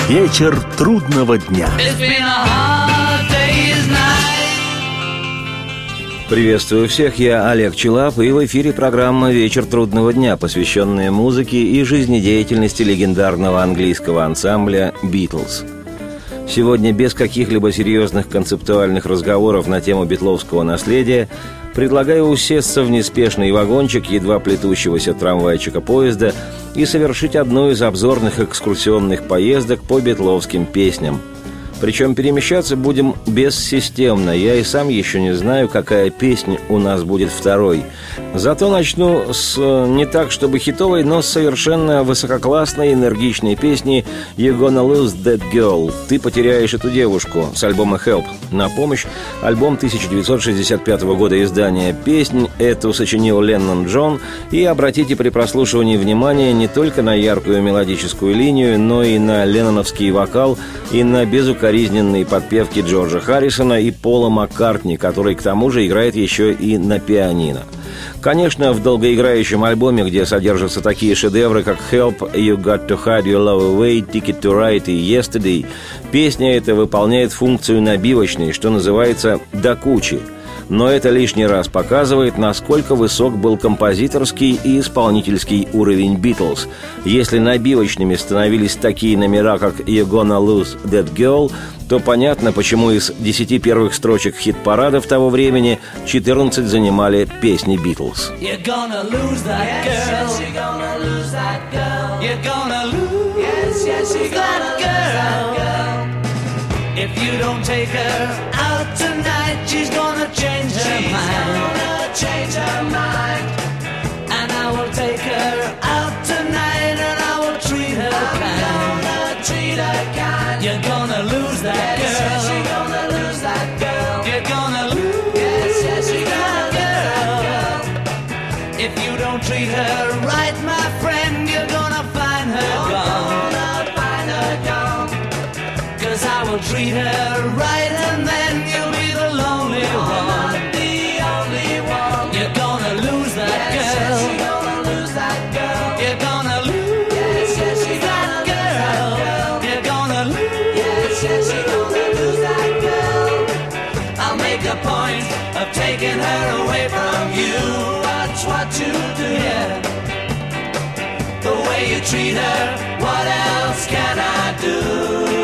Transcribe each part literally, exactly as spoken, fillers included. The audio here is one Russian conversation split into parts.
Вечер трудного дня. Приветствую всех, я Олег Челап, и в эфире программа «Вечер трудного дня», посвященная музыке и жизнедеятельности легендарного английского ансамбля «Битлз». Сегодня без каких-либо серьезных концептуальных разговоров на тему битловского наследия предлагаю усесться в неспешный вагончик едва плетущегося трамвайчика поезда и совершить одну из обзорных экскурсионных поездок по битловским песням. Причем перемещаться будем бессистемно. Я и сам еще не знаю, какая песня у нас будет второй. Зато начну с не так, чтобы хитовой, но с совершенно высококлассной, энергичной песни «You're gonna lose that girl» – «Ты потеряешь эту девушку» с альбома «Help». На помощь альбом тысяча девятьсот шестьдесят пятого года издания. Песнь эту сочинил Леннон Джон. И обратите при прослушивании внимание не только на яркую мелодическую линию, но и на ленноновский вокал, и на безукоризненный Коризненные подпевки Джорджа Харрисона и Пола Маккартни, который к тому же играет еще и на пианино. Конечно, в долгоиграющем альбоме, где содержатся такие шедевры, как «Help», «You Got to Hide Your Love Away», «Ticket to Ride» и «Yesterday», песня эта выполняет функцию набивочной, что называется, до кучи. Но это лишний раз показывает, насколько высок был композиторский и исполнительский уровень «Битлз». Если набивочными становились такие номера, как «You're gonna lose that girl», то понятно, почему из десяти первых строчек хит-парадов того времени четырнадцать занимали песни «Битлз». If you don't take her out tonight, she's gonna change her she's mind. She's gonna change her mind. And I will take her out tonight, and I will treat her I'm kind. I'm gonna treat her kind. You're gonna lose that yes, girl. Yes, you're gonna lose that girl. You're gonna lose. Yes, yes, you're gonna lose that girl. If you don't treat her right, my friend, you're gonna find her you're gone. Gonna find her gone. I will treat her right, and then you'll be the lonely no, one. Not the only one. You're gonna lose that yes, girl. Yes, you're gonna lose that girl. You're gonna lose. Yes, yes, you're that gonna girl. Lose that girl. You're gonna lose. Yes, yes, you're gonna lose that girl. I'll make a point of taking her away from you. Watch what you do. Yeah. The way you treat her. What else can I do?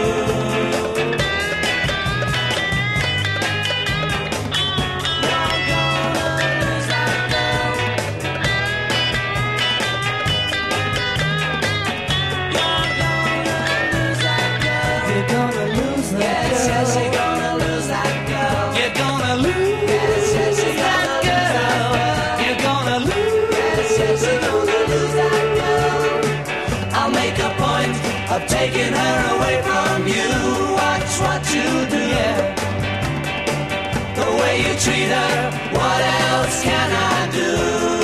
Of taking her away from you. Watch what you do, yeah. The way you treat her. What else can I do?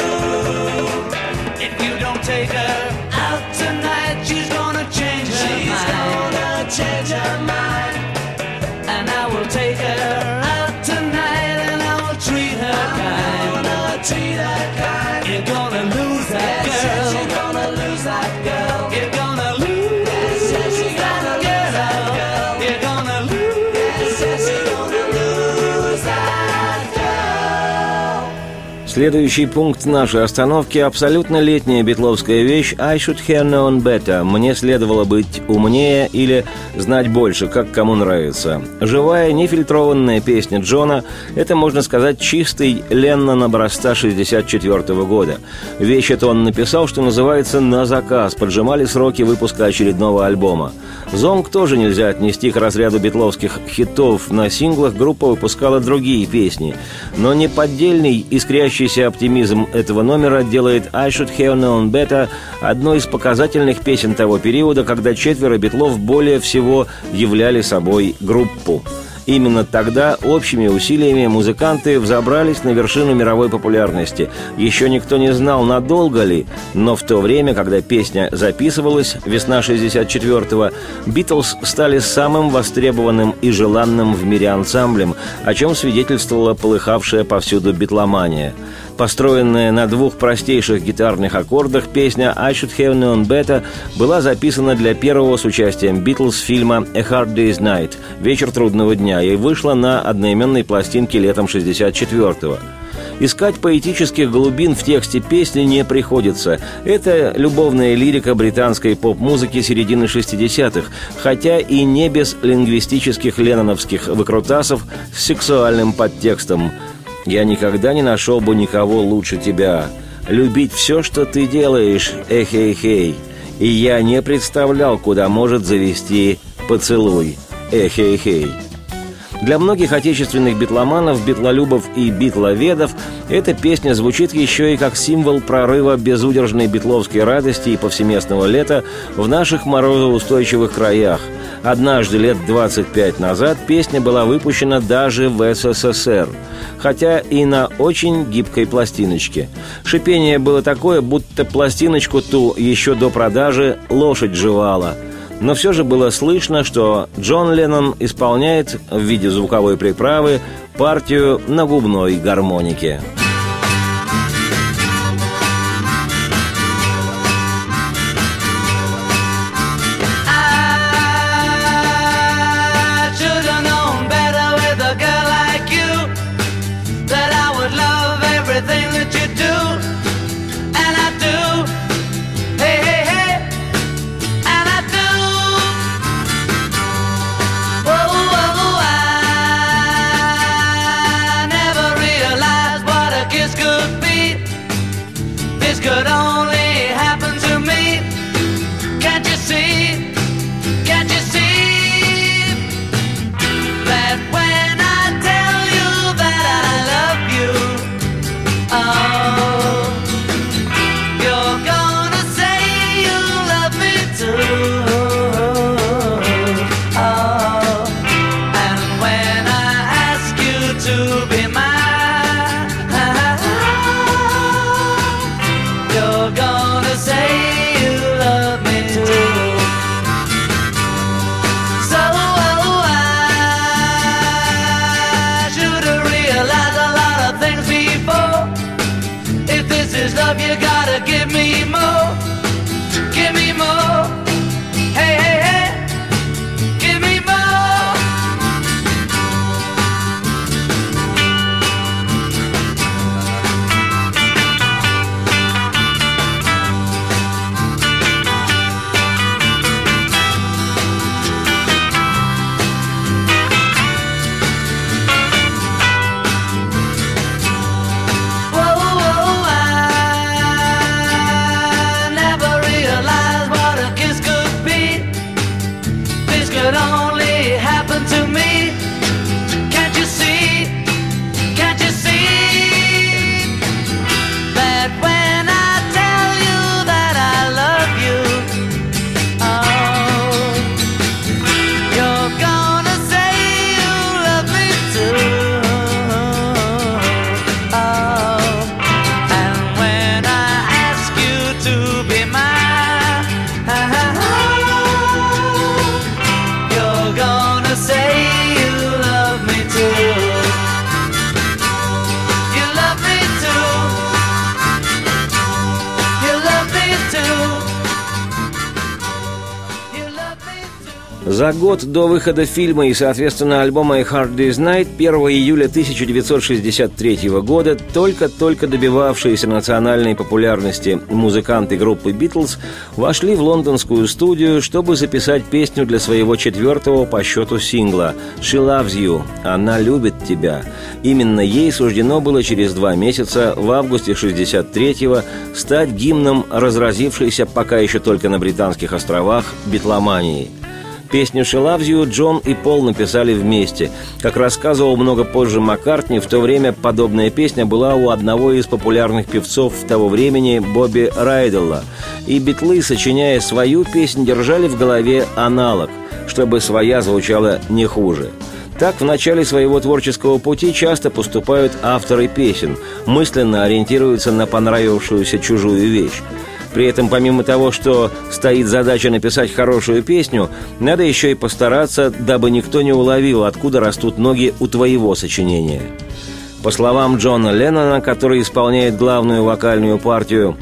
If you don't take her out tonight, she's gonna change her she's mind. She's gonna change her mind. And I will take her out tonight, and I will treat her I'm kind. I'm gonna treat her kind. You're gonna lose that yes, girl. Yes, you're gonna lose that girl. You're gonna lose. Следующий пункт нашей остановки – абсолютно летняя битловская вещь «I should have known better» – «Мне следовало быть умнее» или «Знать больше», как кому нравится. Живая, нефильтрованная песня Джона – это, можно сказать, чистый Леннон образца шестьдесят четвёртого года. Вещь эту он написал, что называется, на заказ, поджимали сроки выпуска очередного альбома. «Зонг» тоже нельзя отнести к разряду битловских хитов. На синглах группа выпускала другие песни. Но неподдельный, искрящий оптимизм этого номера делает «I should have known better» одной из показательных песен того периода, когда четверо битлов более всего являли собой группу. Именно тогда общими усилиями музыканты взобрались на вершину мировой популярности. Еще никто не знал, надолго ли, но в то время, когда песня записывалась, весна шестьдесят четвёртого, «Битлз» стали самым востребованным и желанным в мире ансамблем, о чем свидетельствовала полыхавшая повсюду битломания. Построенная на двух простейших гитарных аккордах, песня «I Should Have Known Better» была записана для первого с участием Битлз фильма «A Hard Day's Night» «Вечер трудного дня» и вышла на одноименной пластинке летом шестьдесят четвёртого. Искать поэтических глубин в тексте песни не приходится. Это любовная лирика британской поп-музыки середины шестидесятых, хотя и не без лингвистических ленноновских выкрутасов с сексуальным подтекстом. «Я никогда не нашел бы никого лучше тебя. Любить все, что ты делаешь, эхей-хей. И я не представлял, куда может завести поцелуй, эхей-хей». Для многих отечественных битломанов, битлолюбов и битловедов эта песня звучит еще и как символ прорыва безудержной битловской радости и повсеместного лета в наших морозоустойчивых краях. Однажды, лет двадцать пять назад, песня была выпущена даже в эс эс эс эр, хотя и на очень гибкой пластиночке. Шипение было такое, будто пластиночку ту еще до продажи лошадь жевала. Но все же было слышно, что Джон Леннон исполняет в виде звуковой приправы партию на губной гармонике. Could only happen to me. Can't you see? Can't you see that when I tell you that I love you, oh, you're gonna say you love me too. Oh, and when I ask you to be mine, you're gonna say you love me too. So oh, I should have realized a lot of things before. If this is love, you gotta give me more. Give me more. Hey, hey, hey. Give me more. Could only happen to me. Can't you see? Can't you see that when I tell you that I love you, oh, you're gonna say you love me too. Oh, and when I ask you to be mine, you're gonna say you love me too. You love me too. You love me too. You love me too. За год до выхода фильма и, соответственно, альбома «A Hard Day's Night» первого июля тысяча девятьсот шестьдесят третьего года только-только добивавшиеся национальной популярности музыканты группы «Битлз» вошли в лондонскую студию, чтобы записать песню для своего четвертого по счету сингла «She Loves You» – «Она любит тебя». Именно ей суждено было через два месяца, в августе шестьдесят третьего, стать гимном разразившейся пока еще только на Британских островах битломании. Песню «She Loves You» Джон и Пол написали вместе. Как рассказывал много позже Маккартни, в то время подобная песня была у одного из популярных певцов того времени Бобби Райделла. И битлы, сочиняя свою песнь, держали в голове аналог, чтобы своя звучала не хуже. Так в начале своего творческого пути часто поступают авторы песен, мысленно ориентируются на понравившуюся чужую вещь. При этом, помимо того, что стоит задача написать хорошую песню, надо еще и постараться, дабы никто не уловил, откуда растут ноги у твоего сочинения. По словам Джона Леннона, который исполняет главную вокальную партию,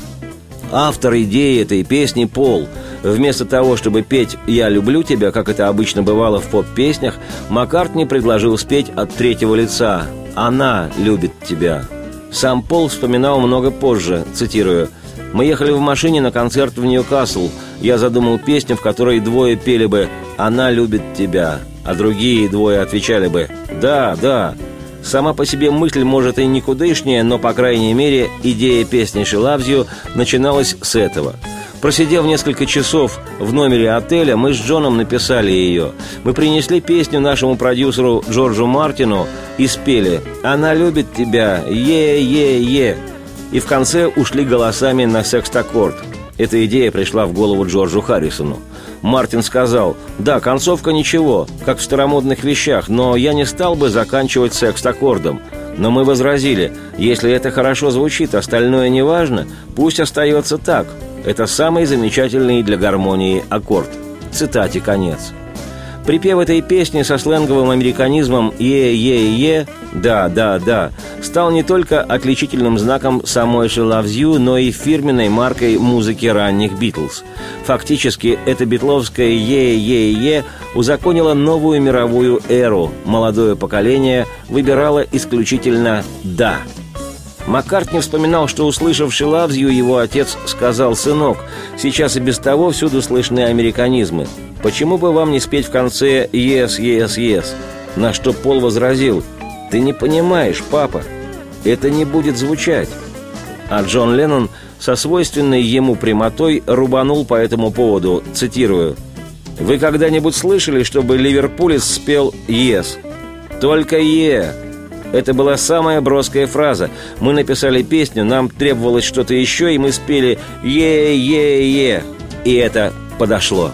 автор идеи этой песни Пол. Вместо того, чтобы петь «Я люблю тебя», как это обычно бывало в поп-песнях, Маккартни предложил спеть от третьего лица «Она любит тебя». Сам Пол вспоминал много позже, цитирую: «Мы ехали в машине на концерт в Ньюкасл. Я задумал песню, в которой двое пели бы «Она любит тебя», а другие двое отвечали бы «Да, да». Сама по себе мысль, может, и никудышняя, но, по крайней мере, идея песни «She Loves You» начиналась с этого. Просидев несколько часов в номере отеля, мы с Джоном написали ее. Мы принесли песню нашему продюсеру Джорджу Мартину и спели «Она любит тебя, е-е-е». И в конце ушли голосами на секстаккорд. Эта идея пришла в голову Джорджу Харрисону. Мартин сказал: «Да, концовка ничего, как в старомодных вещах, но я не стал бы заканчивать секстаккордом». Но мы возразили: «Если это хорошо звучит, остальное не важно, пусть остается так. Это самый замечательный для гармонии аккорд». Цитате конец. Припев этой песни со сленговым американизмом «е-е-е», «да, да, да», стал не только отличительным знаком самой «She Loves You», но и фирменной маркой музыки ранних «Битлз». Фактически, это битловское «е-е-е» узаконило новую мировую эру. Молодое поколение выбирало исключительно «да». Маккартни вспоминал, что, услышав «She Loves You», его отец сказал: «Сынок, сейчас и без того всюду слышны американизмы. Почему бы вам не спеть в конце «Yes, yes, yes»?» На что Пол возразил: «Ты не понимаешь, папа, это не будет звучать». А Джон Леннон со свойственной ему прямотой рубанул по этому поводу, цитирую: «Вы когда-нибудь слышали, чтобы ливерпулец спел «Yes»? Только «Е». Это была самая броская фраза. Мы написали песню, нам требовалось что-то еще, и мы спели «Е-е-е». И это подошло.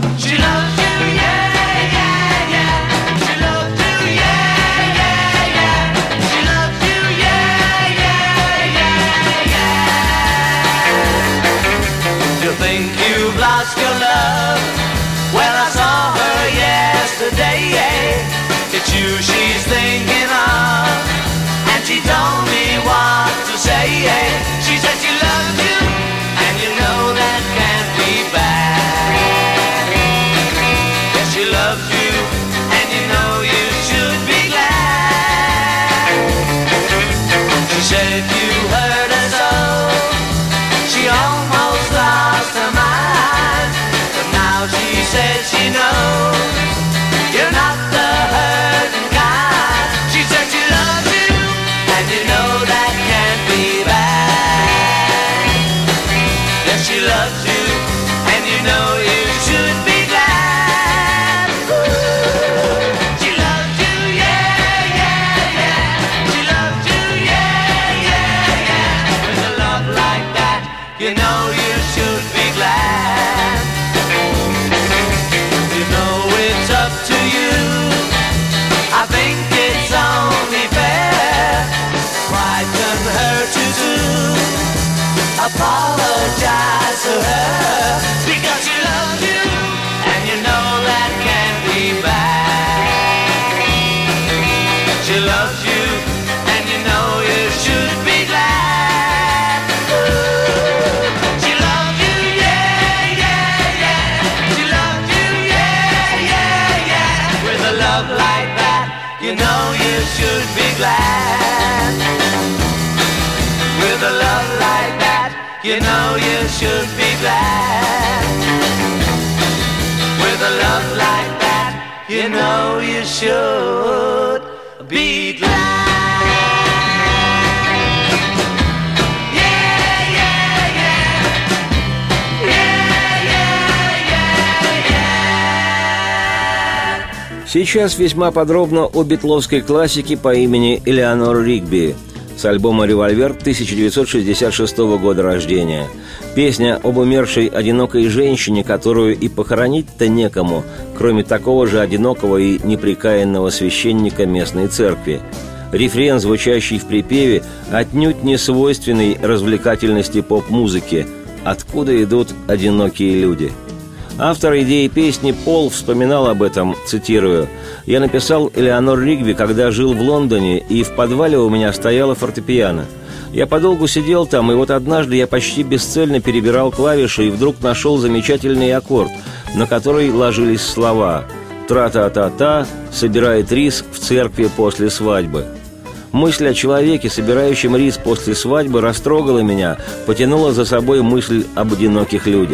She's thinking of, and she told me what to say. She said she loves you, and you know that can't be bad. Yes, she loves you, and you know you should be glad. She said you hurt her so, she almost lost her mind. But now she says she knows you're not the hurting kind. She said she loves you, and you know that can't be bad. Yes, she loves you, and you know you should be glad. Ooh. She loves you, yeah, yeah, yeah. She loves you, yeah, yeah, yeah. With a love like that, you know you should be glad. You know it's up to you. I think it's only fair. Why couldn't hurt you too? Apologize to her, because she loves you, and you know that can't be bad. She loves you, and you know you should be glad. Ooh. She loves you, yeah, yeah, yeah. She loves you, yeah, yeah, yeah. With a love like that, you know you should be glad. With a love like that, you know you should be glad. With a love like that, you know you should be glad. Yeah, yeah, yeah. Yeah, yeah, yeah, yeah. Сейчас весьма подробно о битловской классике по имени Элеонор Ригби с альбома «Револьвер» тысяча девятьсот шестьдесят шестого года рождения. Песня об умершей одинокой женщине, которую и похоронить-то некому, кроме такого же одинокого и непрекаянного священника местной церкви. Рефрен, звучащий в припеве, отнюдь не свойственный развлекательности поп-музыки. Откуда идут одинокие люди? Автор идеи песни Пол вспоминал об этом, цитирую: «Я написал Элеонор Ригби, когда жил в Лондоне, и в подвале у меня стояла фортепиано. Я подолгу сидел там, и вот однажды я почти бесцельно перебирал клавиши и вдруг нашел замечательный аккорд, на который ложились слова «Тра-та-та-та, собирает рис в церкви после свадьбы». Мысль о человеке, собирающем рис после свадьбы, растрогала меня, потянула за собой мысль об одиноких людях.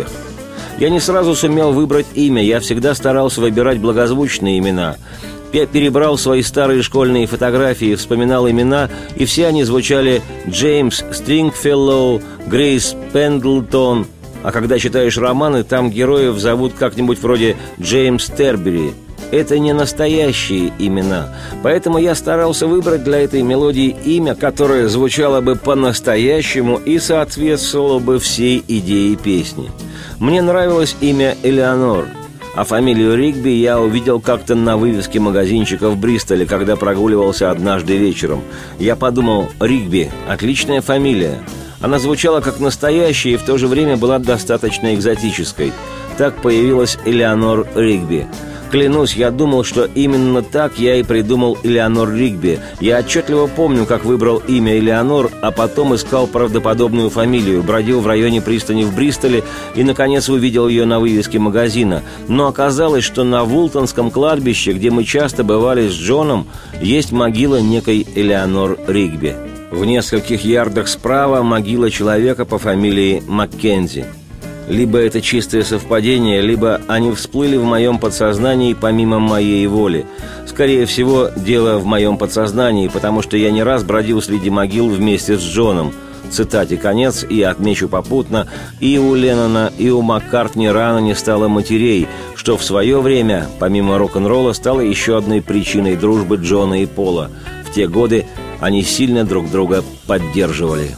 Я не сразу сумел выбрать имя, я всегда старался выбирать благозвучные имена. Я перебрал свои старые школьные фотографии, вспоминал имена, и все они звучали Джеймс Стрингфеллоу, Грейс Пендлтон. А когда читаешь романы, там героев зовут как-нибудь вроде Джеймс Тербери. Это не настоящие имена, поэтому я старался выбрать для этой мелодии имя, которое звучало бы по-настоящему и соответствовало бы всей идее песни. Мне нравилось имя Элеонор, а фамилию Ригби я увидел как-то на вывеске магазинчика в Бристоле, когда прогуливался однажды вечером. Я подумал: Ригби – отличная фамилия. Она звучала как настоящая и в то же время была достаточно экзотической. Так появилась Элеонор Ригби. Клянусь, я думал, что именно так я и придумал Элеонор Ригби. Я отчетливо помню, как выбрал имя Элеонор, а потом искал правдоподобную фамилию, бродил в районе пристани в Бристоле и, наконец, увидел ее на вывеске магазина. Но оказалось, что на Вултонском кладбище, где мы часто бывали с Джоном, есть могила некой Элеонор Ригби. В нескольких ярдах справа могила человека по фамилии Маккензи. Либо это чистое совпадение, либо они всплыли в моем подсознании помимо моей воли. Скорее всего, дело в моем подсознании, потому что я не раз бродил среди могил вместе с Джоном. Цитате конец, и отмечу попутно: и у Леннона, и у Маккартни рано не стало матерей, что в свое время, помимо рок-н-ролла, стало еще одной причиной дружбы Джона и Пола. В те годы они сильно друг друга поддерживали.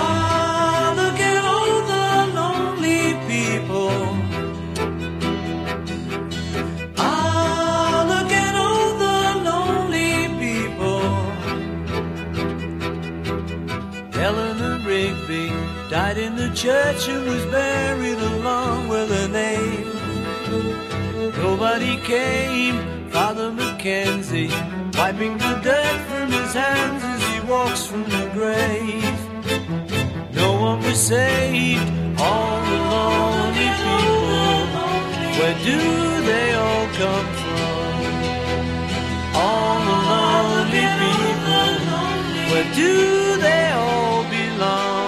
Died in the church and was buried along with her name. Nobody came, Father Mackenzie, wiping the dirt from his hands as he walks from the grave. No one was saved, all the lonely people. Where do they all come from? All the lonely people. Where do they all belong?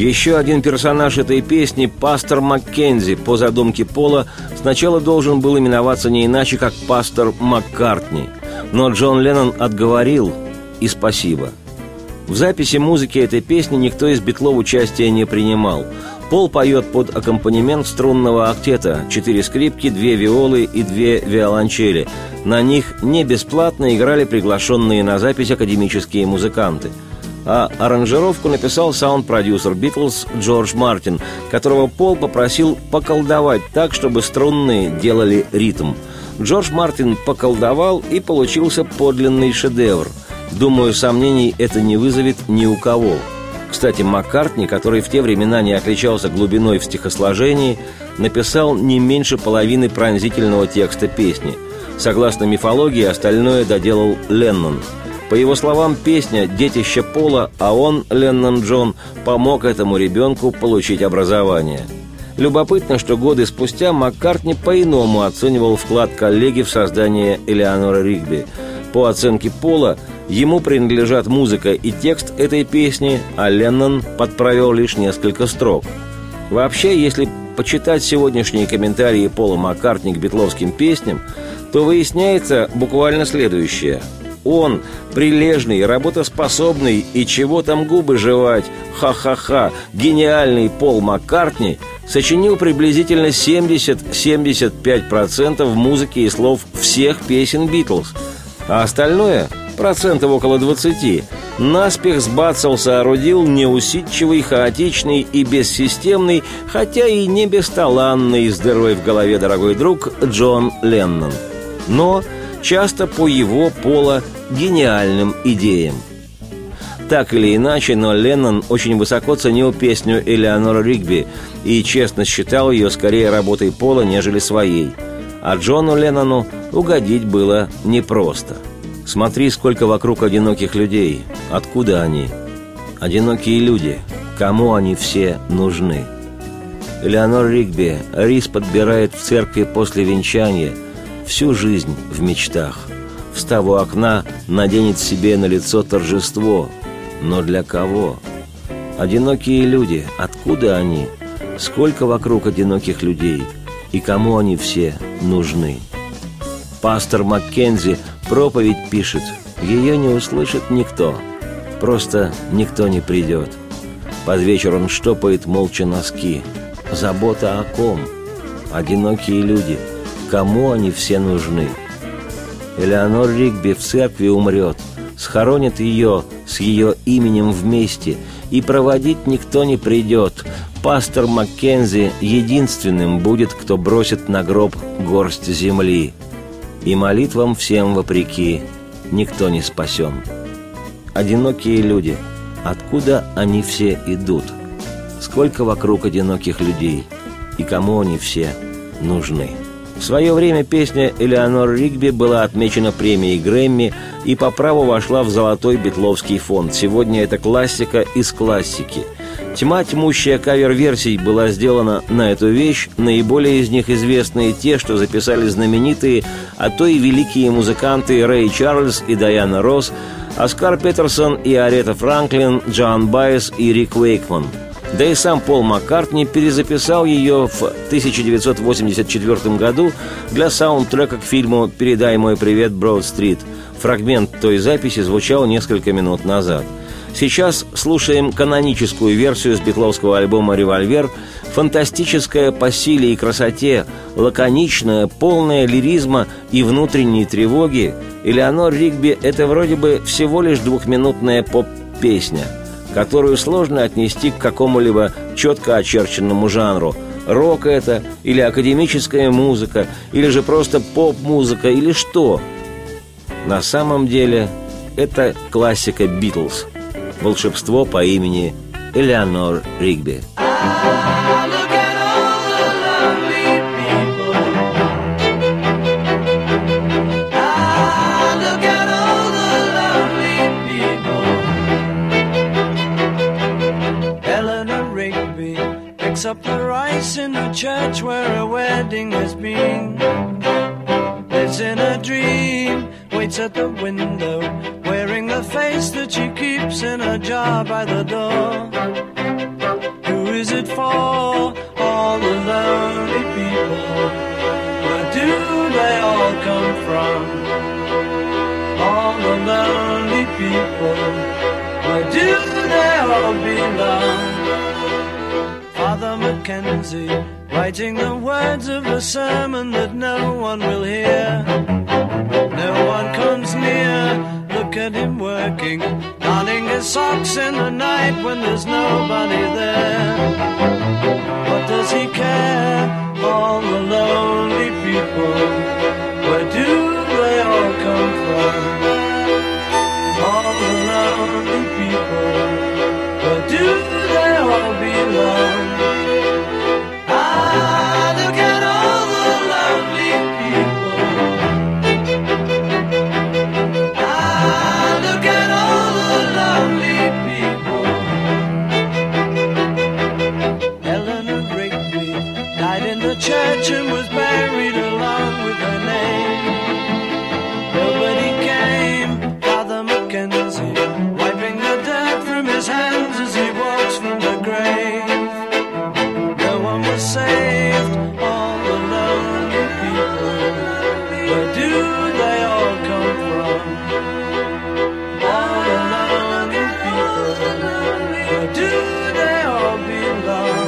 Еще один персонаж этой песни, пастор Маккензи, по задумке Пола, сначала должен был именоваться не иначе, как пастор Маккартни. Но Джон Леннон отговорил, и спасибо. В записи музыки этой песни никто из Битлов участия не принимал. Пол поет под аккомпанемент струнного октета, четыре скрипки, две виолы и две виолончели. На них не бесплатно играли приглашенные на запись академические музыканты. А аранжировку написал саунд-продюсер «Битлз» Джордж Мартин, которого Пол попросил поколдовать так, чтобы струнные делали ритм. Джордж Мартин поколдовал, и получился подлинный шедевр. Думаю, сомнений это не вызовет ни у кого. Кстати, Маккартни, который в те времена не отличался глубиной в стихосложении, написал не меньше половины пронзительного текста песни. Согласно мифологии, остальное доделал Леннон. По его словам, песня «Детище Пола», а он, Леннон Джон, помог этому ребенку получить образование. Любопытно, что годы спустя Маккартни по-иному оценивал вклад коллеги в создание Элеоноры Ригби. По оценке Пола, ему принадлежат музыка и текст этой песни, а Леннон подправил лишь несколько строк. Вообще, если почитать сегодняшние комментарии Пола Маккартни к битловским песням, то выясняется буквально следующее. Он, прилежный, работоспособный и чего там губы жевать, ха-ха-ха, гениальный Пол Маккартни сочинил приблизительно семьдесят-семьдесят пять процентов музыки и слов всех песен Битлз, а остальное, процентов около двадцати, наспех сбацал, соорудил неусидчивый, хаотичный и бессистемный, хотя и не бесталанный, здоровый в голове дорогой друг Джон Леннон. Но часто по его, Пола, гениальным идеям. Так или иначе, но Леннон очень высоко ценил песню Элеоноры Ригби и честно считал ее скорее работой Пола, нежели своей. А Джону Леннону угодить было непросто. Смотри, сколько вокруг одиноких людей. Откуда они? Одинокие люди. Кому они все нужны? Элеонора Ригби рис подбирает в церкви после венчания, всю жизнь в мечтах. Встав у окна, наденет себе на лицо торжество. Но для кого? Одинокие люди. Откуда они? Сколько вокруг одиноких людей? И кому они все нужны? Пастор Маккензи проповедь пишет. Ее не услышит никто. Просто никто не придет. Под вечер он штопает молча носки. Забота о ком? Одинокие люди. Кому они все нужны? Элеонор Ригби в церкви умрет. Схоронят ее с ее именем вместе, и проводить никто не придет. Пастор Маккензи единственным будет, кто бросит на гроб горсть земли. И молитвам всем вопреки никто не спасен. Одинокие люди. Откуда они все идут? Сколько вокруг одиноких людей? И кому они все нужны? В свое время песня Элеонор Ригби была отмечена премией Грэмми и по праву вошла в золотой битловский фонд. Сегодня это классика из классики. Тьма тьмущая кавер-версий была сделана на эту вещь, наиболее из них известные те, что записали знаменитые, а то и великие музыканты Рэй Чарльз и Дайана Росс, Оскар Петерсон и Арета Франклин, Джоан Байес и Рик Уэйкман. Да и сам Пол Маккартни перезаписал ее в тысяча девятьсот восемьдесят четвёртом году для саундтрека к фильму «Передай мой привет, Брод-стрит». Фрагмент той записи звучал несколько минут назад. Сейчас слушаем каноническую версию с битловского альбома «Револьвер», фантастическая по силе и красоте, лаконичная, полная лиризма и внутренней тревоги. Элеонор Ригби – это вроде бы всего лишь двухминутная поп-песня, которую сложно отнести к какому-либо четко очерченному жанру. Рок это, или академическая музыка, или же просто поп-музыка, или что? На самом деле, это классика Битлз. Волшебство по имени Элеонор Ригби. Up the rice in the church where a wedding has been. Lives in a dream, waits at the window, wearing the face that she keeps in a jar by the door. for all the lonely people. Where do they all come from? All the lonely people. Where do they all belong? Father Mackenzie, writing the words of a sermon that no one will hear. No one comes near. Look at him working, darning his socks in the night when there's nobody there. What does he care? All the lonely people. Where do they all come from? All the lonely people. Where do they all belong? Ah, look at all the lonely people. Ah, look at all the lonely people. Eleanor Rigby died in the church and was buried along with her name. Nobody came. Father Mackenzie, wiping the dirt from his hands as he walks from the grave. No one was saved. All the lonely people. Where do they all come from? All the lonely people. Where do they all belong?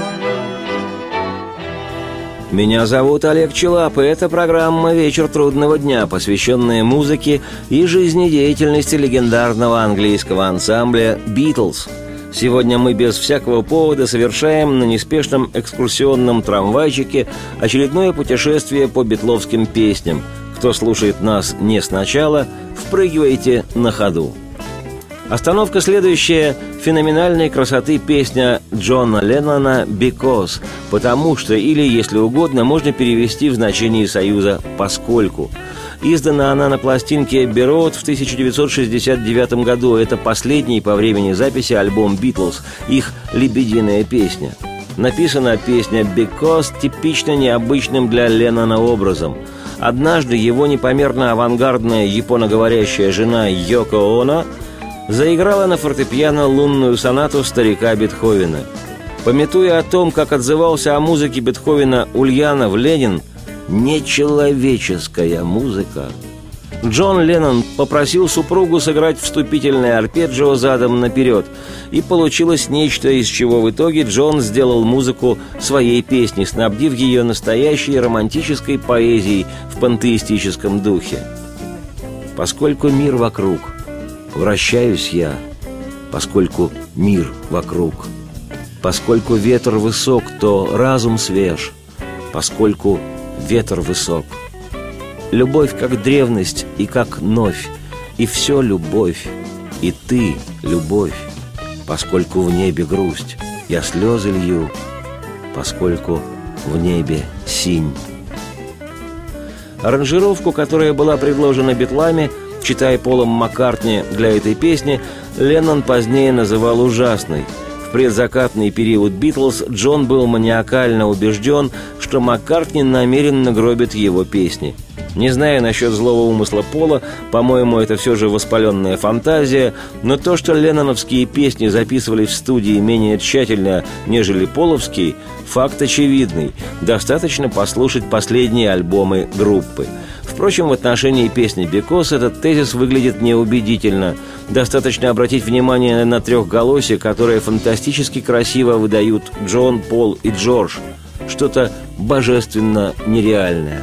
Меня зовут Олег Челап, и это программа «Вечер трудного дня», посвященная музыке и жизнедеятельности легендарного английского ансамбля «Битлз». Сегодня мы без всякого повода совершаем на неспешном экскурсионном трамвайчике очередное путешествие по битловским песням. Кто слушает нас не сначала, впрыгивайте на ходу. Остановка следующая – феноменальной красоты песня Джона Леннона «Because», потому что, или, если угодно, можно перевести в значении союза «поскольку». Издана она на пластинке «Abbey Road» в тысяча девятьсот шестьдесят девятом году. Это последний по времени записи альбом «Битлз», их «Лебединая песня». Написана песня «Because» типично необычным для Леннона образом. Однажды его непомерно авангардная японоговорящая жена Йоко Оно заиграла на фортепиано лунную сонату старика Бетховена. Памятуя о том, как отзывался о музыке Бетховена Ульянов Ленин, «нечеловеческая музыка», Джон Леннон попросил супругу сыграть вступительное арпеджио задом наперед, и получилось нечто, из чего в итоге Джон сделал музыку своей песни, снабдив ее настоящей романтической поэзией в пантеистическом духе. «Поскольку мир вокруг, вращаюсь я, поскольку мир вокруг. Поскольку ветер высок, то разум свеж, поскольку ветер высок. Любовь как древность и как новь, и все любовь, и ты любовь. Поскольку в небе грусть, я слезы лью, поскольку в небе синь». Аранжировку, которая была предложена Битлами, читая Полом Маккартни для этой песни, Леннон позднее называл ужасной. В предзакатный период «Битлз» Джон был маниакально убежден, что Маккартни намеренно гробит его песни. Не знаю насчет злого умысла Пола, по-моему, это все же воспаленная фантазия, но то, что ленноновские песни записывались в студии менее тщательно, нежели половские, факт очевидный. Достаточно послушать последние альбомы группы. Впрочем, в отношении песни «Because» этот тезис выглядит неубедительно. Достаточно обратить внимание на трехголосие, которое фантастически красиво выдают Джон, Пол и Джордж. Что-то божественно нереальное.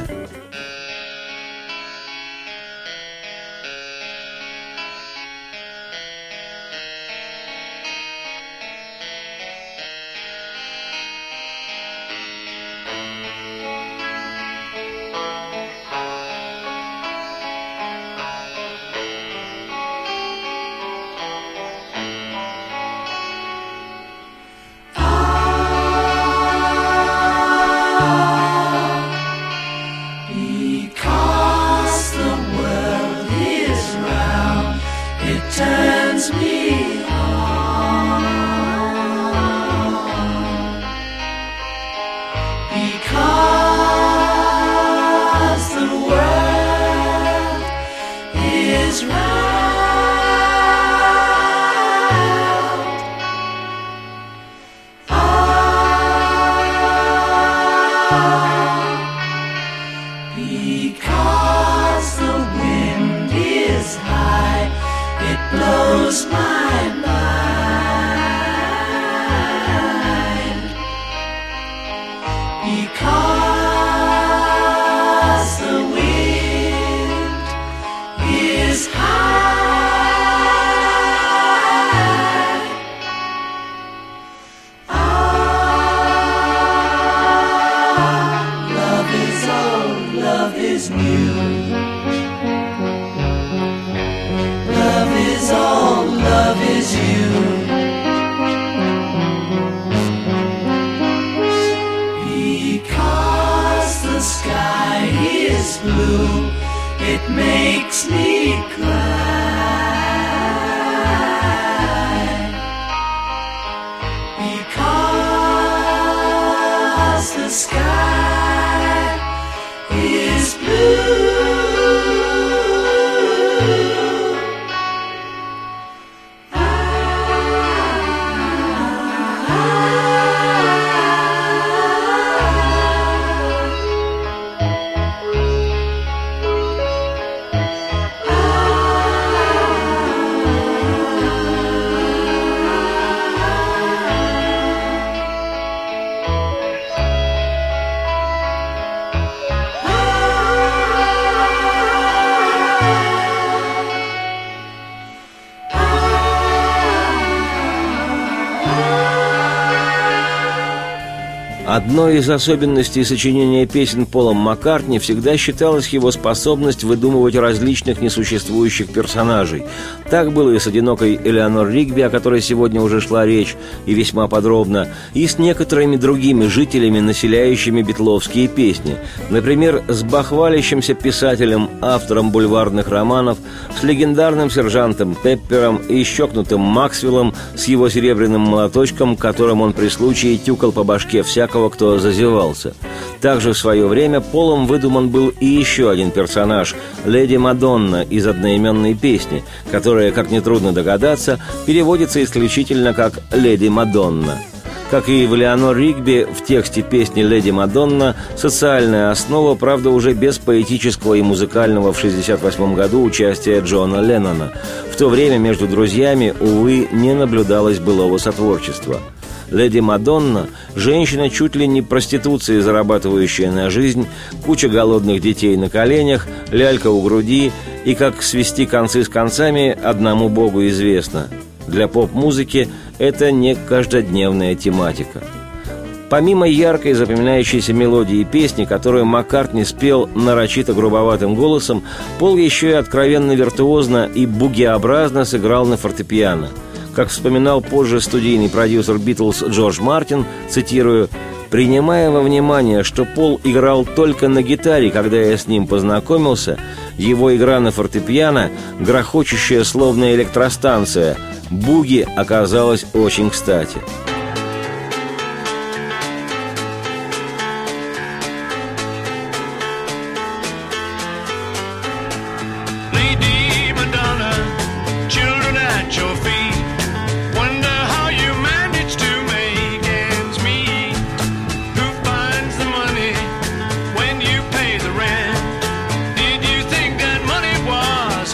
blows my mind, because the wind is high. Ah, love is old, love is new. Love is all, love is you. Because the sky is blue, it makes me cry. Because the sky is blue. Одной из особенностей сочинения песен Полом Маккартни всегда считалась его способность выдумывать различных несуществующих персонажей. Так было и с одинокой Элеонор Ригби, о которой сегодня уже шла речь, и весьма подробно, и с некоторыми другими жителями, населяющими битловские песни. Например, с бахвалящимся писателем, автором бульварных романов, с легендарным сержантом Пеппером и щекнутым Максвеллом с его серебряным молоточком, которым он при случае тюкал по башке всякого, кто зазевался. Также в свое время Полом выдуман был и еще один персонаж – леди Мадонна из одноименной песни, которая, как нетрудно догадаться, переводится исключительно как «Леди Мадонна». Как и в Элеонор Ригби, в тексте песни «Леди Мадонна» социальная основа, правда, уже без поэтического и музыкального в шестьдесят восьмом году участия Джона Леннона. В то время между друзьями, увы, не наблюдалось былого сотворчества. Леди Мадонна – женщина, чуть ли не проституцией зарабатывающая на жизнь, куча голодных детей на коленях, лялька у груди, и как свести концы с концами одному Богу известно. Для поп-музыки это не каждодневная тематика. Помимо яркой запоминающейся мелодии песни, которую Маккартни спел нарочито грубоватым голосом, Пол еще и откровенно виртуозно и бугиобразно сыграл на фортепиано. Как вспоминал позже студийный продюсер «Битлз» Джордж Мартин, цитирую, «Принимая во внимание, что Пол играл только на гитаре, когда я с ним познакомился, его игра на фортепиано, грохочущая словно электростанция, буги оказалась очень кстати».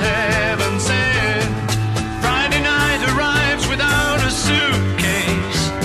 Friday night arrives without a suitcase.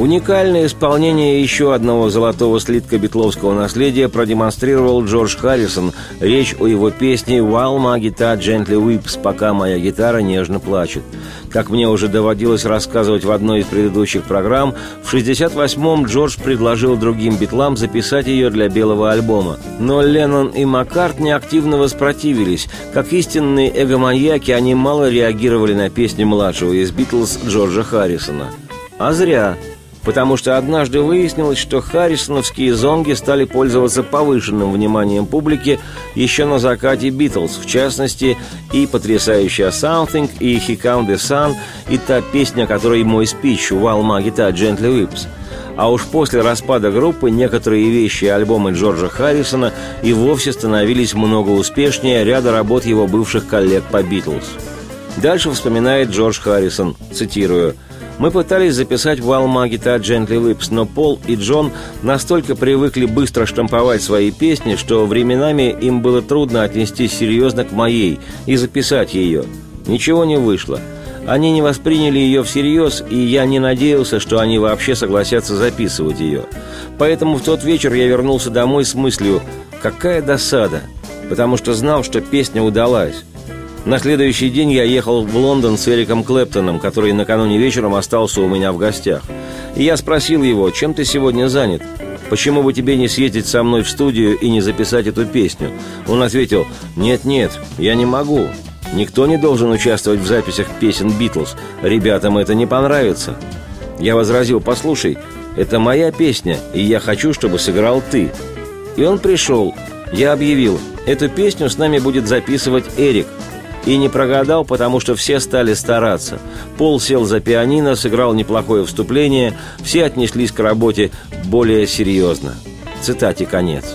Уникальное исполнение еще одного золотого слитка битловского наследия продемонстрировал Джордж Харрисон. Речь о его песне «While my guitar gently weeps», «Пока моя гитара нежно плачет». Как мне уже доводилось рассказывать в одной из предыдущих программ, в шестьдесят восьмом Джордж предложил другим битлам записать ее для белого альбома. Но Леннон и Маккартни активно воспротивились. Как истинные эгоманьяки, они мало реагировали на песни младшего из Битлз Джорджа Харрисона. А зря. Потому что однажды выяснилось, что харрисоновские зонги стали пользоваться повышенным вниманием публики еще на закате «Битлз», в частности, и потрясающая «Something», и «Here Comes the Sun», и та песня, которой мой спич «While my guitar gently weeps». А уж после распада группы некоторые вещи и альбомы Джорджа Харрисона и вовсе становились много успешнее ряда работ его бывших коллег по «Битлз». Дальше вспоминает Джордж Харрисон, цитирую: «Мы пытались записать «While my guitar gently weeps», но Пол и Джон настолько привыкли быстро штамповать свои песни, что временами им было трудно отнестись серьезно к моей и записать ее. Ничего не вышло. Они не восприняли ее всерьез, и я не надеялся, что они вообще согласятся записывать ее. Поэтому в тот вечер я вернулся домой с мыслью «какая досада», потому что знал, что песня удалась». На следующий день я ехал в Лондон с Эриком Клэптоном, который накануне вечером остался у меня в гостях. И я спросил его: «Чем ты сегодня занят? Почему бы тебе не съездить со мной в студию и не записать эту песню?» Он ответил: «Нет-нет, я не могу. Никто не должен участвовать в записях песен «Битлз». Ребятам это не понравится». Я возразил: «Послушай, это моя песня, и я хочу, чтобы сыграл ты». И он пришел. Я объявил: «Эту песню с нами будет записывать Эрик». И не прогадал, потому что все стали стараться. Пол сел за пианино, сыграл неплохое вступление, все отнеслись к работе более серьезно. Цитате конец.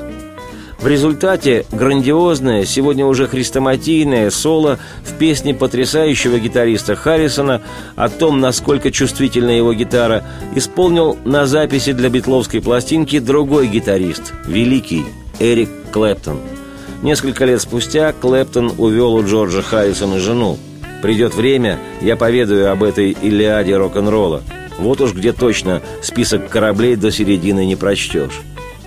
В результате грандиозное, сегодня уже хрестоматийное соло в песне потрясающего гитариста Харрисона о том, насколько чувствительна его гитара, исполнил на записи для битловской пластинки другой гитарист, великий Эрик Клэптон. Несколько лет спустя Клэптон увел у Джорджа Харрисона жену. Придет время, я поведаю об этой Илиаде рок-н-ролла. Вот уж где точно список кораблей до середины не прочтешь.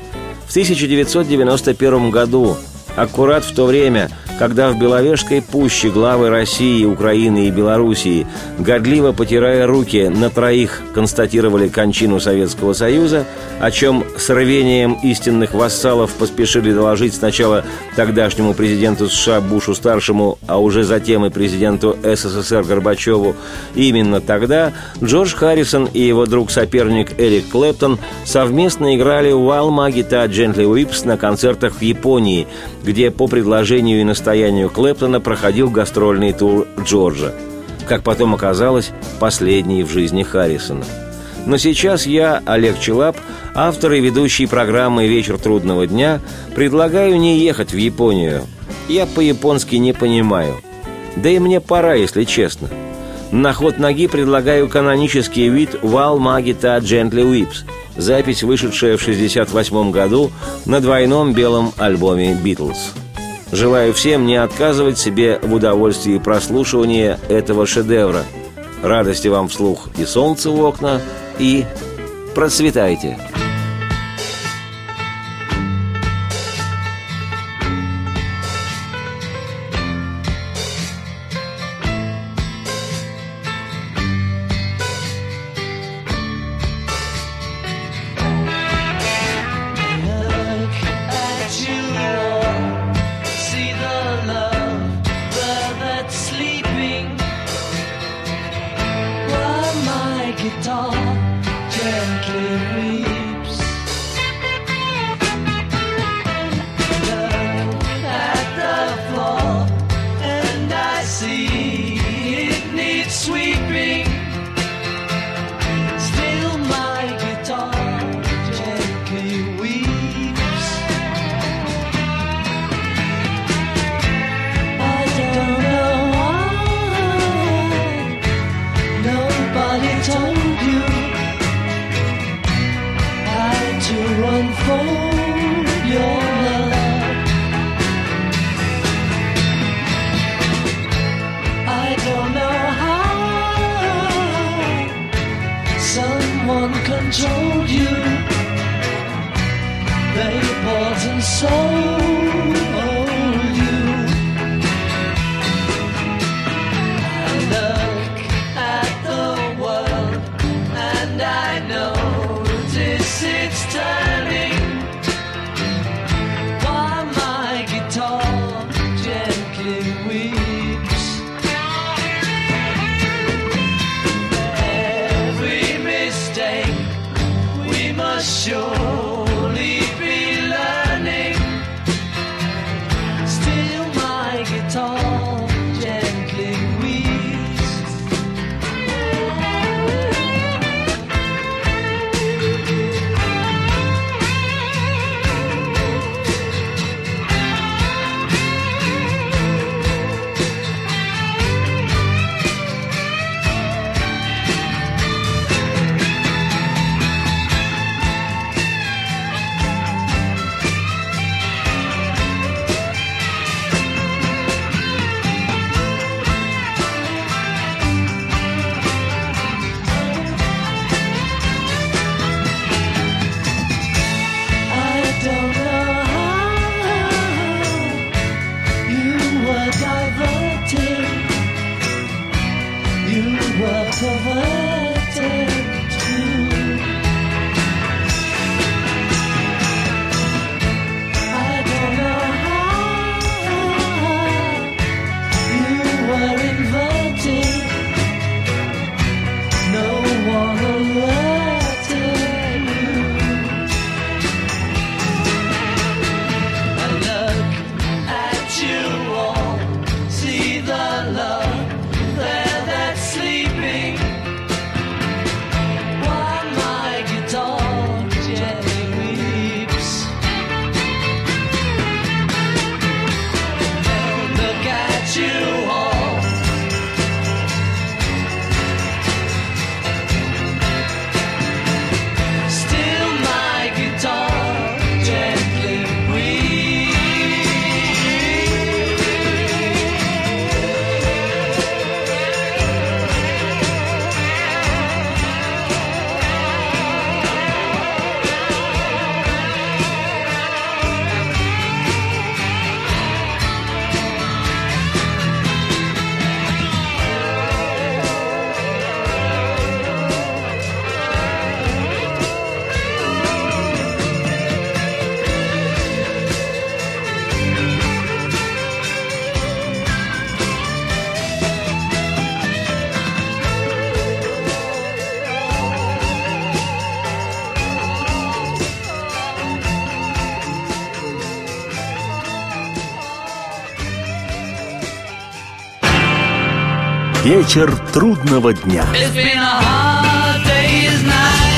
В тысяча девятьсот девяносто первом году, аккурат в то время, когда в Беловежской пуще главы России, Украины и Белоруссии, годливо потирая руки, на троих констатировали кончину Советского Союза, о чем с рвением истинных вассалов поспешили доложить сначала тогдашнему президенту США Бушу-старшему, а уже затем и президенту СССР Горбачеву. Именно тогда Джордж Харрисон и его друг-соперник Эрик Клэптон совместно играли «While my guitar gently weeps» на концертах в Японии, где по предложению и настоянию Клэптона проходил гастрольный тур Джорджа. Как потом оказалось, последний в жизни Харрисона. Но сейчас я, Олег Челап, автор и ведущий программы «Вечер трудного дня», предлагаю не ехать в Японию. Я по-японски не понимаю. Да и мне пора, если честно. На ход ноги предлагаю канонический вид «While my guitar gently weeps», запись, вышедшая в шестьдесят восьмом году на двойном белом альбоме «Битлз». Желаю всем не отказывать себе в удовольствии прослушивания этого шедевра. Радости вам вслух и солнца в окна, и процветайте! Guitar gently weeps. told you they bought and sold you. I look at the world and I notice it's turning, while my guitar gently weeps. Every mistake we must surely be learning. Still my guitar gently weeps. I don't know how you were diverted, you were perverted too. I don't know how you were inverted, no one alerted you. I look at you all, see the love there that's sleeping, while my guitar gently weeps. Look at you all, still my guitar gently weeps. Вечер трудного дня. It's been a hard day's night.